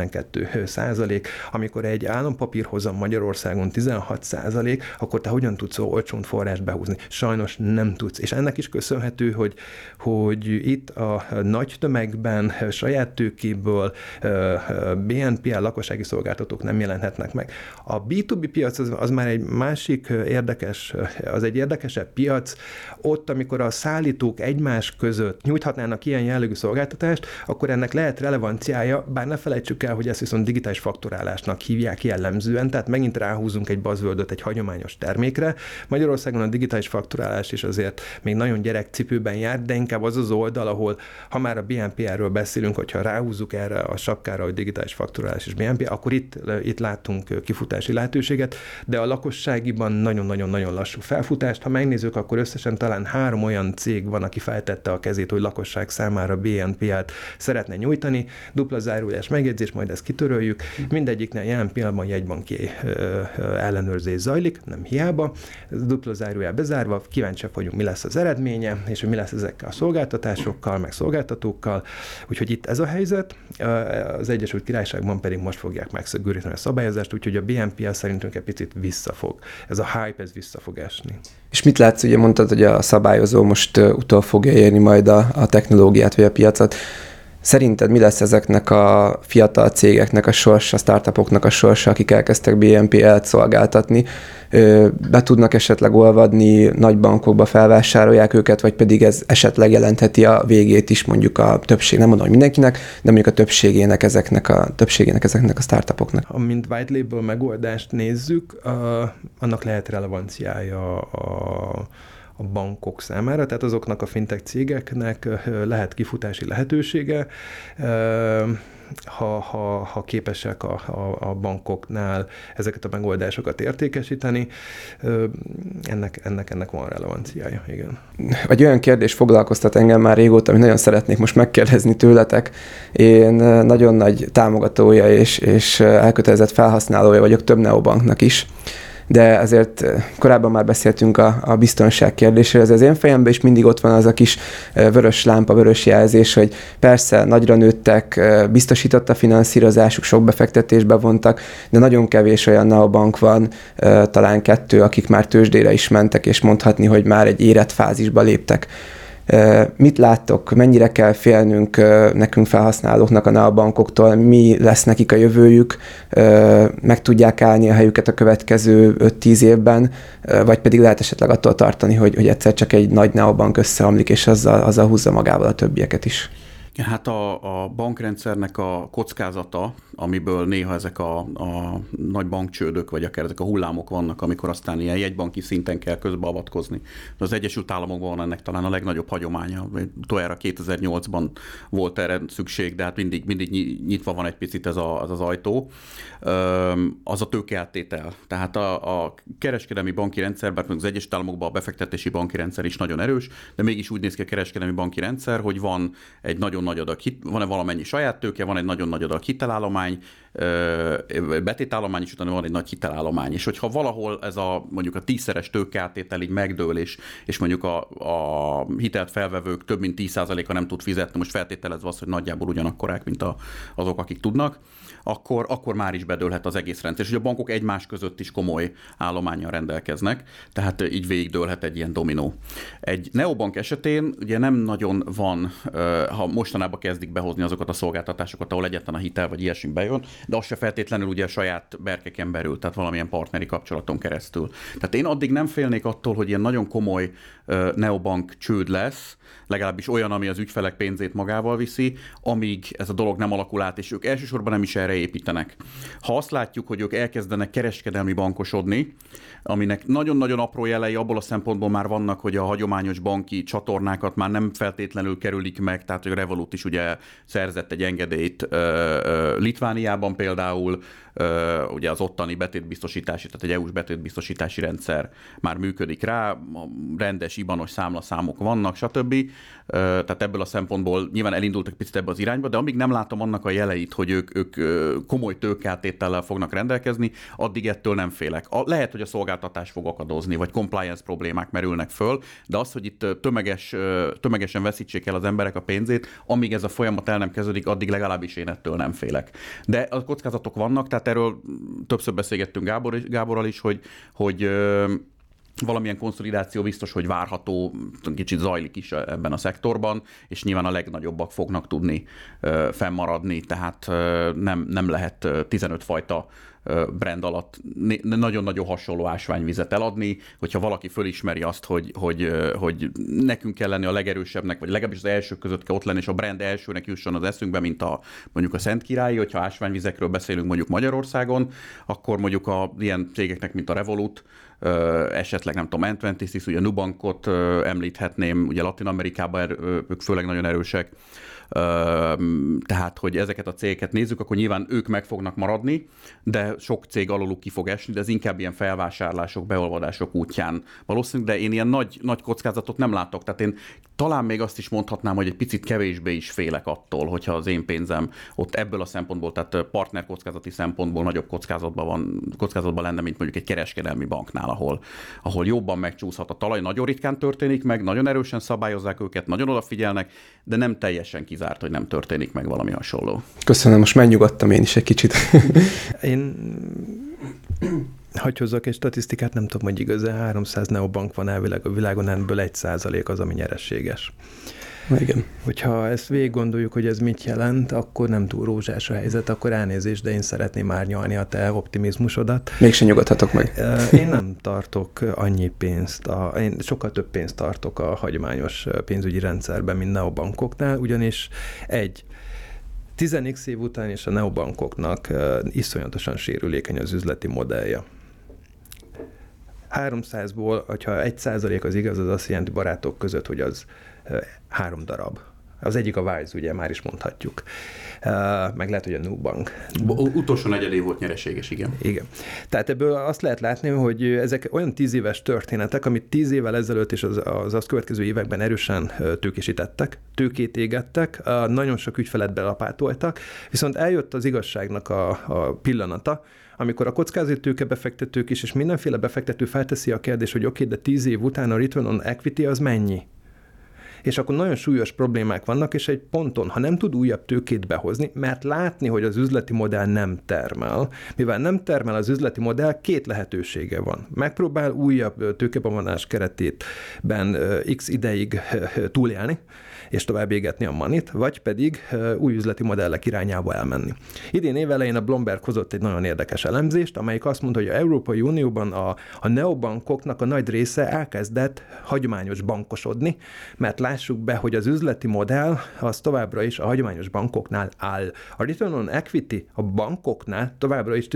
11-12%, amikor egy állampapírhozam Magyarországon 16%, akkor te hogyan tudsz olcsón forrást behúzni? Sajnos nem tudsz. És ennek is köszönhető, hogy itt a nagy tömegben saját tőkéből BNPL lakossági szolgáltatók nem jelenhetnek meg. A B2B piac az már egy másik érdekes, az egy érdekesebb piac. Ott, amikor a szállítók egymás között között nyújthatnának ilyen jellegű szolgáltatást, akkor ennek lehet relevanciája, bár ne felejtsük el, hogy ezt viszont digitális faktorálásnak hívják jellemzően, tehát megint ráhúzunk egy buzzwordot egy hagyományos termékre. Magyarországon a digitális faktorálás is azért még nagyon gyerekcipőben jár, de inkább az az oldal, ahol ha már a BNPL-ről beszélünk, hogyha ráhúzzuk erre a sapkára, hogy digitális faktorálás és BNPL, akkor itt látunk kifutási lehetőséget, de a lakosságiban nagyon-nagyon-nagyon lassú felfutást. Ha megnézzük, akkor összesen talán 3 olyan cég van, aki feltette a kezét, hogy lakosság számára BNPL-t szeretne nyújtani. Dupla zárójeles megjegyzés, majd ezt kitöröljük. Mindegyiknél jelen pillanatban jegybanki ellenőrzés zajlik, nem hiába. Dupla zárójel bezárva, kíváncsiak vagyunk, mi lesz az eredménye, és hogy mi lesz ezekkel a szolgáltatásokkal, meg szolgáltatókkal. Úgyhogy itt ez a helyzet. Az Egyesült Királyságban pedig most fogják megszigorítani a szabályozást, úgyhogy a BNPL szerintünk egy picit visszafog. Ez a hype, ez vissza fog esni. És mit látsz, ugye mondtad, hogy a szabályozó most utol fogja érni majd a technológiát vagy a piacot. Szerinted mi lesz ezeknek a fiatal cégeknek a sorsa, a startupoknak a sorsa, akik elkezdtek BNPL-t szolgáltatni? Be tudnak esetleg olvadni, nagy bankokba felvásárolják őket, vagy pedig ez esetleg jelentheti a végét is mondjuk a többség, nem mondom, hogy mindenkinek, de mondjuk a többségének ezeknek a startupoknak? Ha mint white label megoldást nézzük, annak lehet relevanciája a bankok számára, tehát azoknak a fintech cégeknek lehet kifutási lehetősége, ha képesek a bankoknál ezeket a megoldásokat értékesíteni, ennek van relevanciája, igen. Egy olyan kérdés foglalkoztat engem már régóta, amit nagyon szeretnék most megkérdezni tőletek. Én nagyon nagy támogatója és elkötelezett felhasználója vagyok több neobanknak is, de ezért korábban már beszéltünk a biztonság kérdéséről, ez az én fejemben is mindig ott van az a kis vörös lámpa, vörös jelzés, hogy persze nagyra nőttek, biztosított a finanszírozásuk, sok befektetésbe vontak, de nagyon kevés olyan neobank van, talán 2, akik már tőzsdére is mentek, és mondhatni, hogy már egy érett fázisba léptek. Mit láttok, mennyire kell félnünk nekünk felhasználóknak a neobankoktól, mi lesz nekik a jövőjük, meg tudják állni a helyüket a következő 5-10 évben, vagy pedig lehet esetleg attól tartani, hogy egyszer csak egy nagy neobank összeomlik, és azzal húzza magával a többieket is. Hát a bankrendszernek a kockázata, amiből néha ezek a nagy bankcsődök, vagy akár ezek a hullámok vannak, amikor aztán ilyen jegybanki szinten kell közbeavatkozni. Az Egyesült Államokban van ennek talán a legnagyobb hagyománya. Utoljára 2008-ban volt erre szükség, de hát mindig nyitva van egy picit ez az ajtó. Az a tőkeáttétel. Tehát a kereskedelmi banki rendszerben, az Egyesült Államokban a befektetési banki rendszer is nagyon erős, de mégis úgy néz ki a kereskedelmi banki rendszer, hogy van egy nagyon nagy adag, van-e valamennyi saját tőke, van egy nagyon nagy adag hitelállomány, betétállomány, és utána van egy nagy hitelállomány. És hogyha valahol ez mondjuk a 10-szeres tőkeáttétel így megdől, és mondjuk a hitelt felvevők több mint 10%-a nem tud fizetni, most feltételezve az, hogy nagyjából ugyanakkorák, mint azok, akik tudnak, akkor már is bedőlhet az egész rendszer. És ugye a bankok egymás között is komoly állománnyal rendelkeznek, tehát így végigdőlhet egy ilyen dominó. Egy neobank esetén ugye nem nagyon van, ha mostanában kezdik behozni azokat a szolgáltatásokat, ahol egyáltalán a hitel vagy ilyesmi bejön, de az se feltétlenül ugye a saját berkeken belül, tehát valamilyen partneri kapcsolaton keresztül. Tehát én addig nem félnék attól, hogy ilyen nagyon komoly neobank csőd lesz, legalábbis olyan, ami az ügyfelek pénzét magával viszi, amíg ez a dolog nem alakul át, és ők elsősorban nem is erre építenek. Ha azt látjuk, hogy ők elkezdenek kereskedelmi bankosodni, aminek nagyon-nagyon apró jelei abból a szempontból már vannak, hogy a hagyományos banki csatornákat már nem feltétlenül kerülik meg, tehát hogy a Revolut is ugye szerzett egy engedélyt Litvániában például, ugye az ottani betétbiztosítási, tehát egy EU-s betétbiztosítási rendszer már működik rá, rendes IBAN-os számlaszámok vannak, stb. Tehát ebből a szempontból nyilván elindultak picit ebbe az irányba, de amíg nem látom annak a jeleit, hogy ők komoly tőkeáttétellel fognak rendelkezni, addig ettől nem félek. Lehet, hogy a szolgáltatás fog akadozni, vagy compliance problémák merülnek föl, de az, hogy itt tömegesen veszítsék el az emberek a pénzét, amíg ez a folyamat el nem kezdődik, addig legalábbis én ettől nem félek. De a kockázatok vannak, tehát erről többször beszélgettünk Gáborral is, hogy valamilyen konszolidáció biztos, hogy várható, kicsit zajlik is ebben a szektorban, és nyilván a legnagyobbak fognak tudni fennmaradni, tehát nem lehet 15 fajta brand alatt nagyon-nagyon hasonló ásványvizet eladni, hogyha valaki fölismeri azt, hogy nekünk kell lenni a legerősebbnek, vagy legalábbis az elsők között kell ott lenni, és a brand elsőnek jusson az eszünkbe, mint mondjuk a Szent Királyi, hogyha ásványvizekről beszélünk mondjuk Magyarországon, akkor mondjuk ilyen cégeknek, mint a Revolut, esetleg nem tudom, N26, ugye Nubankot említhetném, ugye Latin Amerikában ők főleg nagyon erősek, tehát, hogy ezeket a cégeket nézzük, akkor nyilván ők meg fognak maradni, de sok cég aluluk ki fog esni, de ez inkább ilyen felvásárlások, beolvadások útján valószínű, de én ilyen nagy kockázatot nem látok. Tehát én talán még azt is mondhatnám, hogy egy picit kevésbé is félek attól, hogyha az én pénzem ott ebből a szempontból, tehát partnerkockázati szempontból nagyobb kockázatban lenne, mint mondjuk egy kereskedelmi banknál, ahol jobban megcsúszhat a talaj. Nagyon ritkán történik meg, nagyon erősen szabályozzák őket, nagyon odafigyelnek, de nem teljesen kizárt, hogy nem történik meg valami hasonló. Köszönöm, most megnyugodtam én is egy kicsit. Én hagy hozzak egy statisztikát, nem tudom, hogy igaz, 300 neobank van elvileg a világon, ebből 1% az, ami nyereséges. Igen. Hogyha ezt végig gondoljuk, hogy ez mit jelent, akkor nem túl rózsás a helyzet, akkor elnézést, de én szeretném árnyalni a te optimizmusodat. Mégsem nyugodhatok meg. Én nem tartok annyi pénzt, én sokkal több pénzt tartok a hagyományos pénzügyi rendszerben, mint neobankoknál, ugyanis 10x év után is a neobankoknak iszonyatosan sérülékeny az üzleti modellje. 300-ból, hogyha 1% az igaz, az azt jelenti barátok között, hogy az 3 darab. Az egyik a Wise, ugye, már is mondhatjuk. Meg lehet, hogy a Nubank. Utolsó negyedév volt nyereséges, igen. Igen. Tehát ebből azt lehet látni, hogy ezek olyan 10 éves történetek, amit 10 évvel ezelőtt és az azt következő években erősen tőkésítettek, tőkét égettek, nagyon sok ügyfelet belapátoltak, viszont eljött az igazságnak a pillanata, amikor a kockázati tőkebefektetők is, és mindenféle befektető felteszi a kérdést, hogy oké, de 10 év után a return on equity az mennyi? És akkor nagyon súlyos problémák vannak, és egy ponton, ha nem tud újabb tőkét behozni, mert látni, hogy az üzleti modell nem termel, mivel nem termel az üzleti modell, 2 lehetősége van. Megpróbál újabb tőkebevonás keretében x ideig túlélni, és tovább égetni a manit, vagy pedig új üzleti modellek irányába elmenni. Idén évelején a Bloomberg hozott egy nagyon érdekes elemzést, amelyik azt mondta, hogy az Európai Unióban a neobankoknak a nagy része elkezdett hagyományos bankosodni, mert lássuk be, hogy az üzleti modell az továbbra is a hagyományos bankoknál áll. A return on equity a bankoknál továbbra is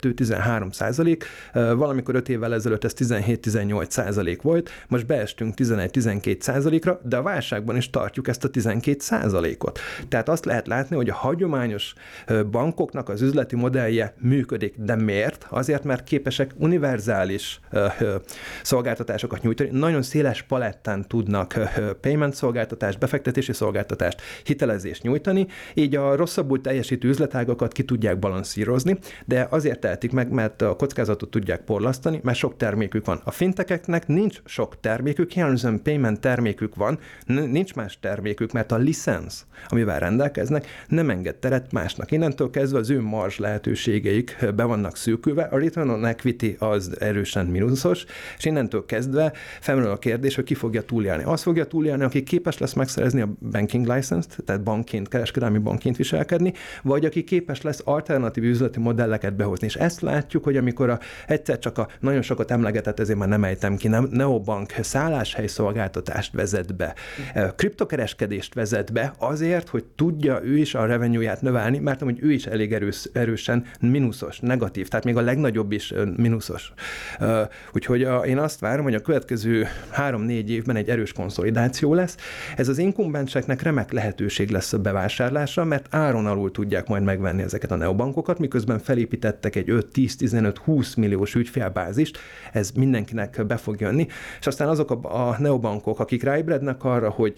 12-13%, valamikor 5 évvel ezelőtt ez 17-18% volt, most beestünk 11-12%-ra, de a válságban is tartjuk ezt a 12%-ot. Tehát azt lehet látni, hogy a hagyományos bankoknak az üzleti modellje működik. De miért? Azért, mert képesek univerzális szolgáltatásokat nyújtani. Nagyon széles palettán tudnak payment szolgáltatást, befektetési szolgáltatást, hitelezést nyújtani, így a rosszabbul teljesítő üzletágakat ki tudják balanszírozni, de azért tehetik meg, mert a kockázatot tudják porlasztani, mert sok termékük van. A fintekeknek nincs sok termékük, jellemzően payment termékük van, nincs más termékük, mert a licensz, amivel rendelkeznek, nem enged teret másnak. Innentől kezdve az ő marzs lehetőségeik be vannak szűkülve, a return on equity az erősen mínuszos, és innentől kezdve felmerül a kérdés, hogy ki fogja túlélni. Az fogja túlélni, aki képes lesz megszerezni a banking license-t, tehát bankként, kereskedelmi bankként viselkedni, vagy aki képes lesz alternatív üzleti modelleket behozni. És ezt látjuk, hogy amikor egyszer csak a nagyon sokat emlegetett, ezért már nem ejtem ki, neobank szálláshely szolgáltatást vezet be, kriptokereskedést vezet be azért, hogy tudja ő is a revenue-ját növelni, mert amúgy ő is elég erősen mínuszos, negatív, tehát még a legnagyobb is mínuszos. Úgyhogy én azt várom, hogy a következő 3-4 évben egy erős konszolidáció lesz. Ez az inkumbenseknek remek lehetőség lesz a bevásárlásra, mert áron alul tudják majd megvenni ezeket a neobankokat, miközben felépítettek egy 5-10-15-20 milliós ügyfélbázist, ez mindenkinek be fog jönni, és aztán azok a neobankok, akik ráébrednek arra, hogy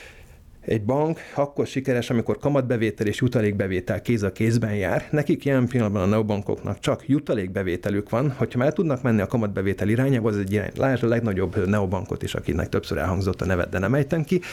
egy bank akkor sikeres, amikor kamatbevétel és jutalékbevétel kéz a kézben jár. Nekik jelen pillanatban a neobankoknak csak jutalékbevételük van. Hogyha már tudnak menni a kamatbevétel irányába, az egy irány. Lásd a legnagyobb neobankot is, akinek többször elhangzott a nevet, de nem ejtem ki.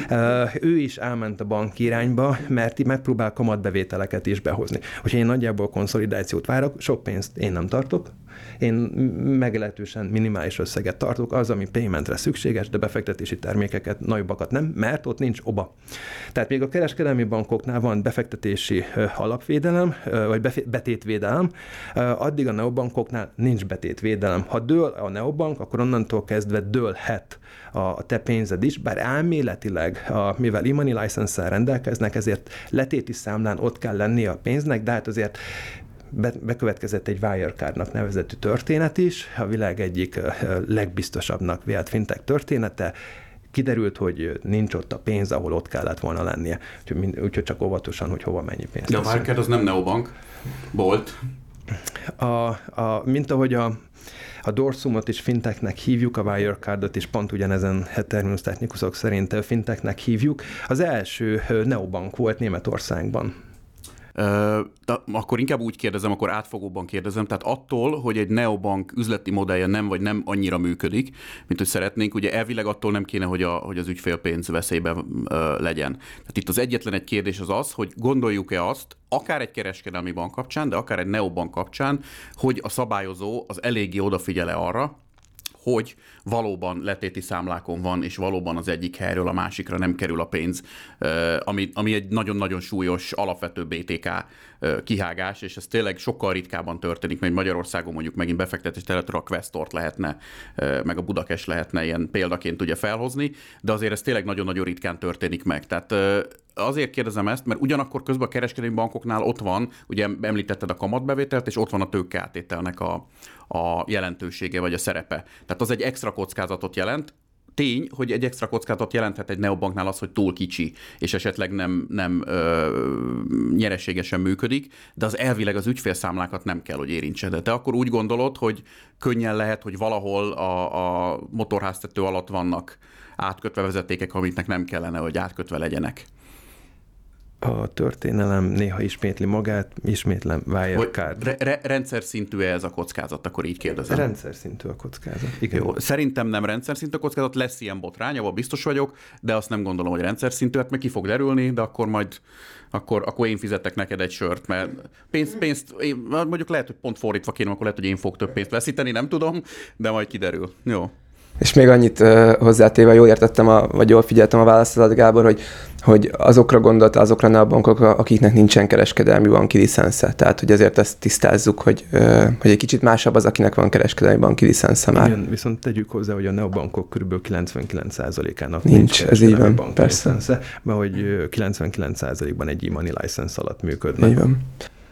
Ő is elment a bank irányba, mert megpróbál kamatbevételeket is behozni. Hogyha én nagyjából konszolidációt várok, sok pénzt én nem tartok, Én meglehetősen minimális összeget tartok, az, ami paymentre szükséges, de befektetési termékeket, nagyobbakat nem, mert ott nincs oba. Tehát még a kereskedelmi bankoknál van befektetési alapvédelem, vagy betétvédelem, addig a neobankoknál nincs betétvédelem. Ha dől a neobank, akkor onnantól kezdve dőlhet a te pénzed is, bár elméletileg, mivel e-money license-szel rendelkeznek, ezért letéti számlán ott kell lennie a pénznek, de hát azért bekövetkezett egy Wirecardnak nevezetű történet is, a világ egyik legbiztosabbnak vélt fintech története. Kiderült, hogy nincs ott a pénz, ahol ott kellett volna lennie. Úgyhogy csak óvatosan, hogy hova mennyi pénz. De a Wirecard az nem neobank volt. Mint ahogy a Dorsumot is fintechnek hívjuk, a Wirecardot is pont ugyanezen terminus technikusok szerint fintechnek hívjuk. Az első neobank volt Németországban. Akkor inkább úgy kérdezem, akkor átfogóban kérdezem, tehát attól, hogy egy neobank üzleti modellje nem annyira működik, mint hogy szeretnénk, ugye elvileg attól nem kéne, hogy az ügyfélpénz veszélyben legyen. Tehát itt az egyetlen egy kérdés az, hogy gondoljuk-e azt, akár egy kereskedelmi bank kapcsán, de akár egy neobank kapcsán, hogy a szabályozó az eléggé odafigyel-e arra, hogy valóban letéti számlákon van, és valóban az egyik helyről a másikra nem kerül a pénz, ami egy nagyon-nagyon súlyos, alapvető BTK kihágás, és ez tényleg sokkal ritkábban történik, mert Magyarországon mondjuk megint befektetés területről a Questort lehetne, meg a Budakes lehetne ilyen példaként ugye felhozni, de azért ez tényleg nagyon-nagyon ritkán történik meg. Tehát azért kérdezem ezt, mert ugyanakkor közben a kereskedelmi bankoknál ott van, ugye említetted a kamatbevételt, és ott van a tőkeáttételnek a jelentősége vagy a szerepe. Tehát az egy extra kockázatot jelent. Tény, hogy egy extra kockázatot jelenthet egy neobanknál az, hogy túl kicsi, és esetleg nem nyereségesen működik, de az elvileg az ügyfélszámlákat nem kell, hogy érintse. De te akkor úgy gondolod, hogy könnyen lehet, hogy valahol a motorháztető alatt vannak átkötve vezetékek, amiknek nem kellene, hogy átkötve legyenek. A történelem néha ismétli magát, ismétlem Wirecard. Rendszer szintű ez a kockázat, akkor így kérdezem. Rendszer szintű a kockázat. Igen. Jó, szerintem nem rendszer szintű a kockázat, lesz ilyen botrány, abban biztos vagyok, de azt nem gondolom, hogy rendszer szintű, hát meg ki fog derülni, de akkor majd akkor én fizettek neked egy sört, mert pénzt mondjuk lehet, hogy pont fordítva kérem, akkor lehet, hogy én fog több pénzt veszíteni, nem tudom, de majd kiderül. Jó. És még annyit hozzátéve, jól értettem, vagy jól figyeltem a válaszodat, Gábor, hogy azokra gondolt, azokra a bankok, akiknek nincsen kereskedelmi banki licensze. Tehát, hogy azért ezt tisztázzuk, hogy egy kicsit másabb az, akinek van kereskedelmi banki licensze már. Igen, viszont tegyük hozzá, hogy a neobankok kb. 99%-ának nincs ez így van, persze. Licensze, mert hogy 99%-ban egy e-money license alatt működnek. Így van.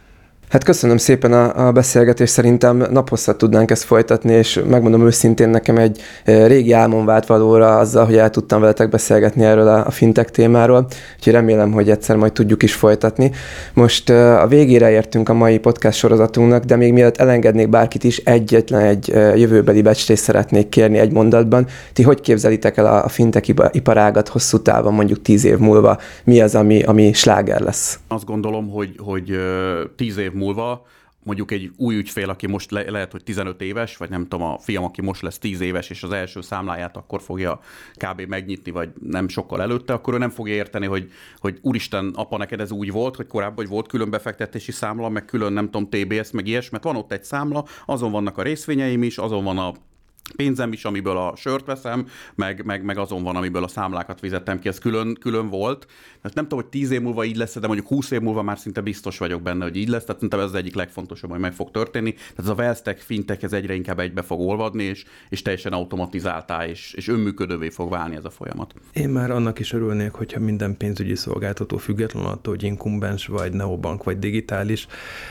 Hát köszönöm szépen a beszélgetést, szerintem naphosszat tudnánk ezt folytatni, és megmondom őszintén, nekem egy régi álmom vált valóra azzal, hogy el tudtam veletek beszélgetni erről a fintech témáról, úgyhogy remélem, hogy egyszer majd tudjuk is folytatni. Most a végére értünk a mai podcast sorozatunknak, de még mielőtt elengednék bárkit is, egyetlen egy jövőbeli becslést szeretnék kérni egy mondatban. Ti hogy képzelitek el a fintech iparágat hosszú távon, mondjuk 10 év múlva? Mi az, ami sláger lesz? Azt gondolom, hogy 10 év múlva mondjuk egy új ügyfél, aki most lehet, hogy 15 éves, vagy nem tudom, a fiam, aki most lesz 10 éves, és az első számláját akkor fogja kb. Megnyitni, vagy nem sokkal előtte, akkor ő nem fogja érteni, hogy úristen, apa, neked ez úgy volt, hogy korábban hogy volt külön befektetési számla, meg külön nem tudom, TBS, meg ilyesmi, mert van ott egy számla, azon vannak a részvényeim is, azon van a pénzem is, amiből a sört veszem, meg azon van, amiből a számlákat fizettem ki, ez külön volt. Tehát nem tudom, hogy 10 év múlva így lesz, de mondjuk 20 év múlva már szinte biztos vagyok benne, hogy így lesz, tehát szerintem ez az egyik legfontosabb, hogy meg fog történni. Tehát ez a wealth-tech, fintech, ez egyre inkább egybe fog olvadni, és teljesen automatizáltá, és önműködővé fog válni ez a folyamat. Én már annak is örülnék, hogyha minden pénzügyi szolgáltató függetlenül attól, hogy inkumbens, vagy neobank, vagy digitális,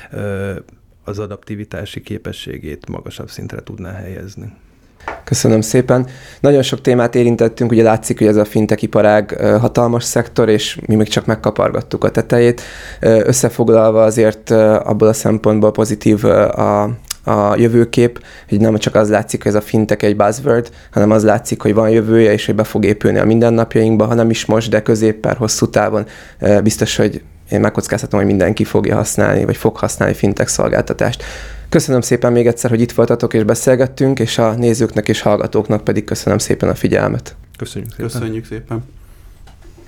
az adaptivitási képességét magasabb szintre tudná helyezni. Köszönöm szépen. Nagyon sok témát érintettünk, ugye látszik, hogy ez a fintech iparág hatalmas szektor, és mi még csak megkapargattuk a tetejét. Összefoglalva azért abból a szempontból pozitív a jövőkép, hogy nem csak az látszik, hogy ez a fintech egy buzzword, hanem az látszik, hogy van jövője, és hogy be fog épülni a mindennapjainkba, ha nem is most, de középpel, hosszú távon biztos, hogy én megkockáztatom, hogy mindenki fogja használni, vagy fog használni fintech szolgáltatást. Köszönöm szépen még egyszer, hogy itt voltatok és beszélgettünk, és a nézőknek és hallgatóknak pedig köszönöm szépen a figyelmet. Köszönjük szépen. Köszönjük szépen.